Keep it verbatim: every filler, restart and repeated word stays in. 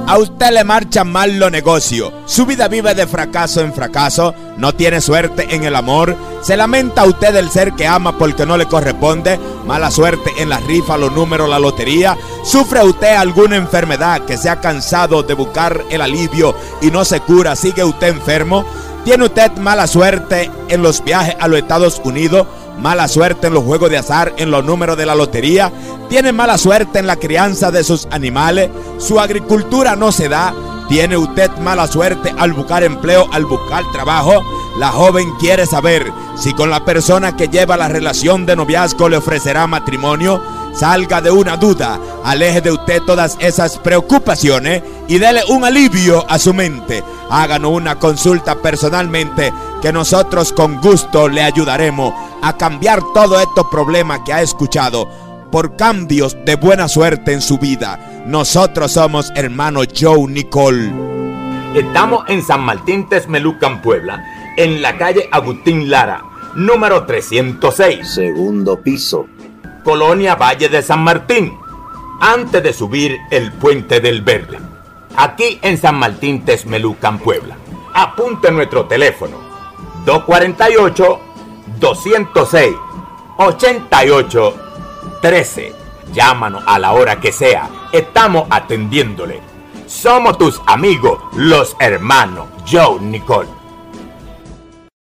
A usted le marchan mal los negocios, su vida vive de fracaso en fracaso, no tiene suerte en el amor, se lamenta usted del ser que ama porque no le corresponde, mala suerte en la rifa, los números, la lotería, sufre usted alguna enfermedad que se ha cansado de buscar el alivio y no se cura, sigue usted enfermo, tiene usted mala suerte en los viajes a los Estados Unidos, mala suerte en los juegos de azar, en los números de la lotería, tiene mala suerte en la crianza de sus animales, su agricultura no se da, tiene usted mala suerte al buscar empleo, al buscar trabajo. La joven quiere saber si con la persona que lleva la relación de noviazgo le ofrecerá matrimonio. Salga de una duda, aleje de usted todas esas preocupaciones y dele un alivio a su mente. Háganos una consulta personalmente que nosotros con gusto le ayudaremos a cambiar todos estos problemas que ha escuchado por cambios de buena suerte en su vida. Nosotros somos hermano Joe Nicole. Estamos en San Martín Texmelucan, Puebla, en la calle Agustín Lara, número trescientos seis. Segundo piso. Colonia Valle de San Martín, antes de subir el Puente del Verde. Aquí en San Martín Texmelucan, Puebla. Apunte nuestro teléfono: dos cuatro ocho, dos cero seis, ocho ocho uno tres. Llámanos a la hora que sea, estamos atendiéndole. Somos tus amigos, los hermanos Joe Nicole.